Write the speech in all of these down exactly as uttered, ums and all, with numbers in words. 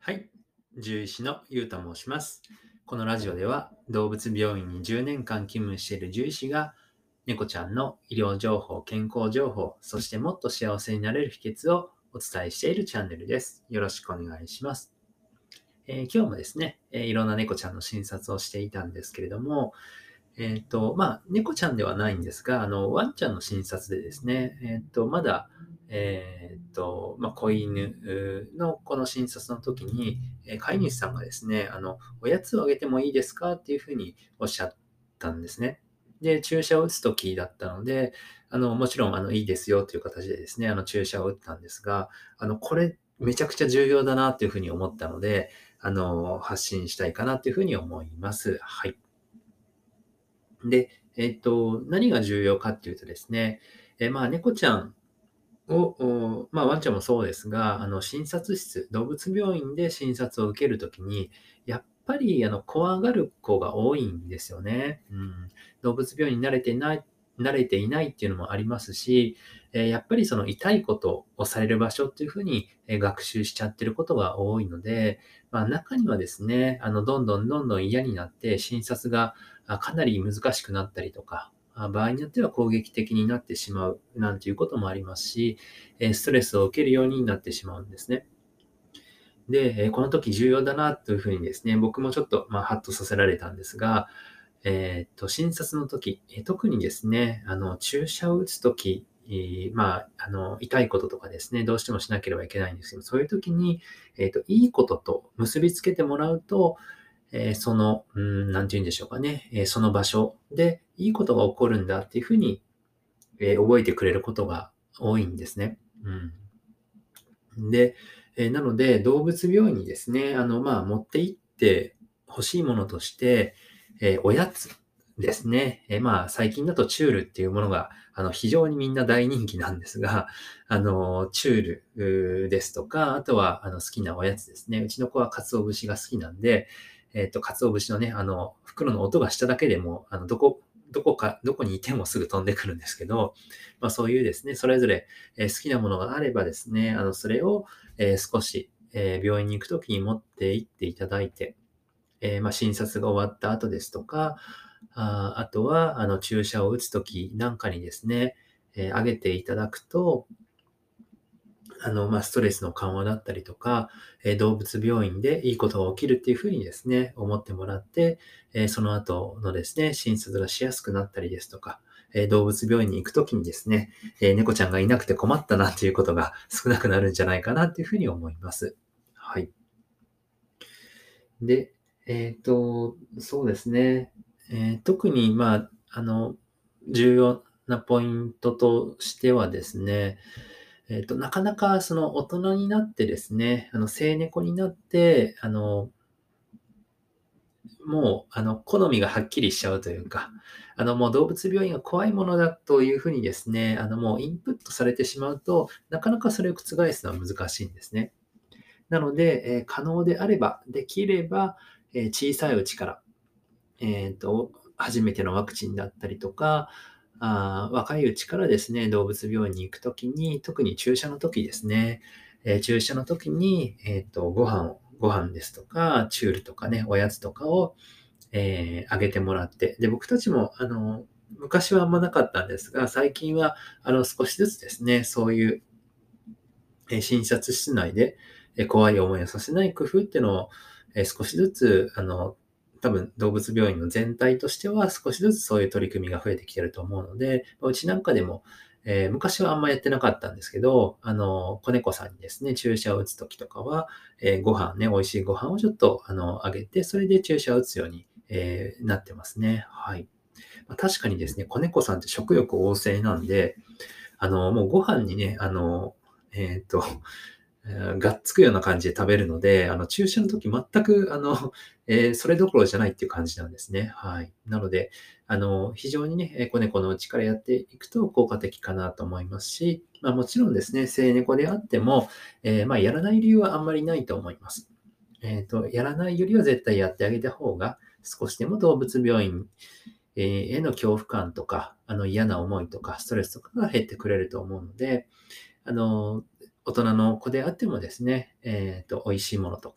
はい、獣医師のゆうと申します。このラジオでは動物病院にじゅうねんかん勤務している獣医師が猫ちゃんの医療情報、健康情報、そしてもっと幸せになれる秘訣をお伝えしているチャンネルです。よろしくお願いします。えー今日もですね、えーいろんな猫ちゃんの診察をしていたんですけれども、えっと、まあ、猫ちゃんではないんですが、あの、ワンちゃんの診察でですね、えっと、まだ、えっと、まあ、子犬のこの診察の時に、えー飼い主さんがですね、あの、おやつをあげてもいいですかっていうふうにおっしゃったんですね。で、注射を打つ時だったので、あの、もちろん、あの、いいですよという形でですね、あの、注射を打ったんですが、あの、これ、めちゃくちゃ重要だなというふうに思ったので、あの、発信したいかなというふうに思います。はい。で、えっと、何が重要かっていうとですね、え、まあ、猫ちゃんを、おまあ、ワンちゃんもそうですが、あの、診察室、動物病院で診察を受けるときに、やっぱり、あの、怖がる子が多いんですよね。うん。動物病院に慣れていない、慣れていないっていうのもありますし、えーやっぱりその痛いことをされる場所っていうふうに、えー学習しちゃってることが多いので、まあ、中にはですね、あの、どんどんどんどん嫌になって診察があかなり難しくなったりとか、あ場合によっては攻撃的になってしまうなんていうこともありますし、えストレスを受けるようになってしまうんですね。で、えこの時重要だなというふうにですね、僕もちょっと、まあ、ハッとさせられたんですが、えーっと、診察の時、え特にですね、あの、注射を打つ時、えーまあ、あの、痛いこととかですね、どうしてもしなければいけないんですけど、そういう時に、えーっと、いいことと結びつけてもらうと、えーその、うん、なんて言うんでしょうかね、えーその場所でいいことが起こるんだっていうふうに、えー覚えてくれることが多いんですね。うん。で、え、なので、動物病院にですね、あの、まあ、持って行って欲しいものとして、え、おやつですね。え、まあ、最近だとチュールっていうものが、あの、非常にみんな大人気なんですが、あの、チュールうーですとか、あとは、あの、好きなおやつですね。うちの子は鰹節が好きなんで、えっと、鰹節のね、あの、袋の音がしただけでも、あの、どこどこかどこにいてもすぐ飛んでくるんですけど、ま、そういうですね、それぞれえー好きなものがあればですね、あの、それを、えー少し、えー病院に行くときに持って行っていただいて、えーまあ、診察が終わった後ですとか、あーあとは、あの、注射を打つときなんかにですね、えーあげていただくと、あの、まあ、ストレスの緩和だったりとか、えー動物病院でいいことが起きるっていうふうにですね、思ってもらって、えーその後のですね、診察がしやすくなったりですとか、えー動物病院に行くときにですね、えー猫ちゃんがいなくて困ったなっていうことが少なくなるんじゃないかなっていうふうに思います。はい。で、えっと、そうですね。えー特に、まあ、あの、重要なポイントとしてはですね、えっと、なかなかその大人になってですね、あの、成猫になって、あの、もう、あの、好みがはっきりしちゃうというか、あの、もう動物病院が怖いものだというふうにですね、あの、もうインプットされてしまうと、なかなかそれを覆すのは難しいんですね。なので、えー可能であれば、できれば、えー小さいうちから、えっと、初めてのワクチンだったりとか、あー若いうちからですね、動物病院に行くときに、特に注射の時ですね、えー注射の時に、えっと、ご飯を、ご飯ですとか、チュールとかね、おやつとかを、えーあげてもらって、で、僕たちも、あの、昔はあんまなかったんですが、最近は、あの、少しずつですね、そういう、えー診察室内で、えー怖い思いをさせない工夫っていうのを、えー少しずつ、あの、多分動物病院の全体としては少しずつそういう取り組みが増えてきてると思うので、うちなんかでも、えー昔はあんまやってなかったんですけど、あの、子猫さんにですね、注射を打つときとかは、えーご飯ね、美味しいご飯をちょっと、あの、あげて、それで注射を打つように、えーなってますね。はい。まあ、確かにですね、子猫さんって食欲旺盛なんで、あの、もうご飯にね、あの、えっと、えーがっつくような感じで食べるので、あの、注射の時全く、あの、えーそれどころじゃないっていう感じなんですね。はい。なので、あの、非常にね、えー子猫のうちからやっていくと効果的かなと思いますし、まあもちろんですね、成猫であっても、えーまあやらない理由はあんまりないと思います。えっと、やらないよりは絶対やってあげた方が、少しでも動物病院えーへの恐怖感とか、あの嫌な思いとか、ストレスとかが減ってくれると思うので、あの、大人の子であってもですね、えっと、美味しいものとか、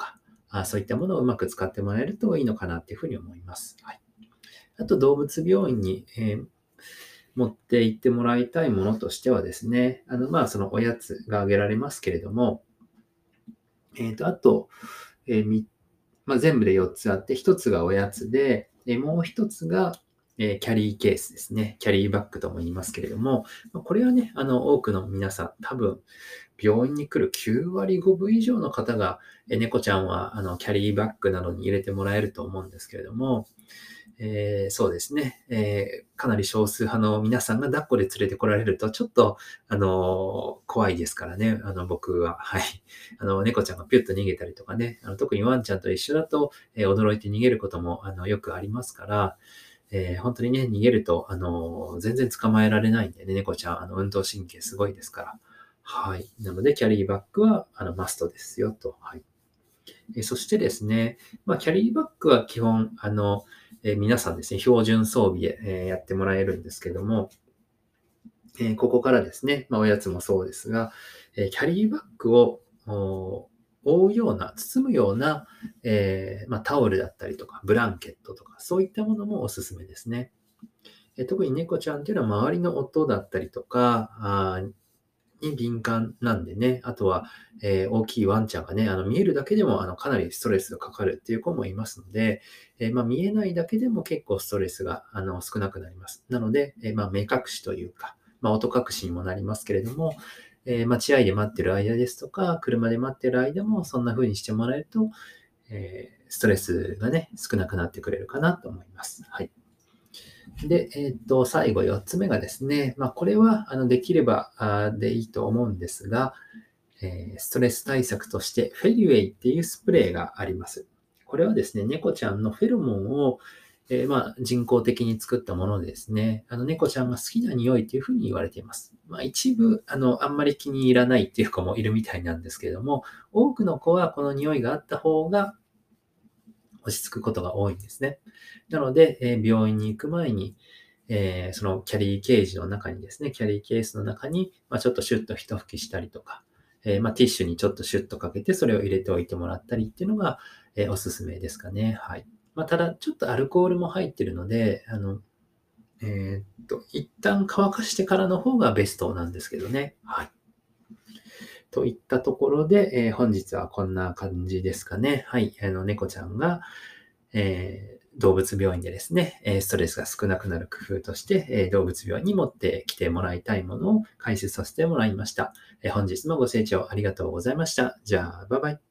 あそういったものをうまく使ってもらえるといいのかなっていうふうに思います。はい、あと動物病院に、えー持って行ってもらいたいものとしてはですね、あの、まあ、そのおやつが挙げられますけれども、えっ、と、あと、えーみまあ、全部でよっつあって、ひとつがおやつで、えーもうひとつが、えーキャリーケースですね。キャリーバッグとも言いますけれども、まあこれはね、あの、多くの皆さん、多分、病院に来るきゅうわりごぶ以上の方が、えー猫ちゃんは、あの、キャリーバッグなどに入れてもらえると思うんですけれども、えーそうですね、えーかなり少数派の皆さんが抱っこで連れてこられると、ちょっと、あのー怖いですからね、あの、僕は。はい。あの、猫ちゃんがピュッと逃げたりとかね、あの特にワンちゃんと一緒だと、えー驚いて逃げることも、あの、よくありますから、えー本当にね、逃げると、あのー全然捕まえられないんでね、猫ちゃん、あの、運動神経すごいですから。はい。なので、キャリーバッグは、あの、マストですよ、と。はい。えそしてですね、まあ、キャリーバッグは基本、あの、えー皆さんですね、標準装備で、えーやってもらえるんですけども、えーここからですね、まあ、おやつもそうですが、えーキャリーバッグをお覆うような、包むような、えーまあ、タオルだったりとか、ブランケットとか、そういったものもおすすめですね。えー特に猫ちゃんっていうのは周りの音だったりとか、あーに敏感なんでね、あとは、えー大きいワンちゃんがね、あの見えるだけでもあのかなりストレスがかかるっていう子もいますので、えーまあ、見えないだけでも結構ストレスがあの少なくなります。なので、えーまあ、目隠しというか、まあ、音隠しにもなりますけれども、えー待合で待ってる間ですとか、車で待ってる間もそんな風にしてもらえると、えーストレスがね、少なくなってくれるかなと思います。はい。で、えっと、最後よっつめがですね、まあ、これは、あの、できれば、あでいいと思うんですが、えーストレス対策として、フェリウェイっていうスプレーがあります。これはですね、猫ちゃんのフェロモンを、えーまあ、人工的に作ったものでですね、あの、猫ちゃんが好きな匂いっていうふうに言われています。まあ、一部、あの、あんまり気に入らないっていう子もいるみたいなんですけれども、多くの子はこの匂いがあった方が落ち着くことが多いんですね。なので、えー病院に行く前に、えーそのキャリーケージの中にですね、キャリーケースの中に、まあ、ちょっとシュッと一吹きしたりとか、えーまあ、ティッシュにちょっとシュッとかけて、それを入れておいてもらったりっていうのが、えーおすすめですかね。はい。まあ、ただ、ちょっとアルコールも入ってるので、あの、えーっと、一旦乾かしてからの方がベストなんですけどね。はい。といったところで、えー本日はこんな感じですかね。はい。あの、猫ちゃんが、えー動物病院でですね、えーストレスが少なくなる工夫として、えー動物病院に持ってきてもらいたいものを解説させてもらいました。えー本日もご清聴ありがとうございました。じゃあ、バイバイ。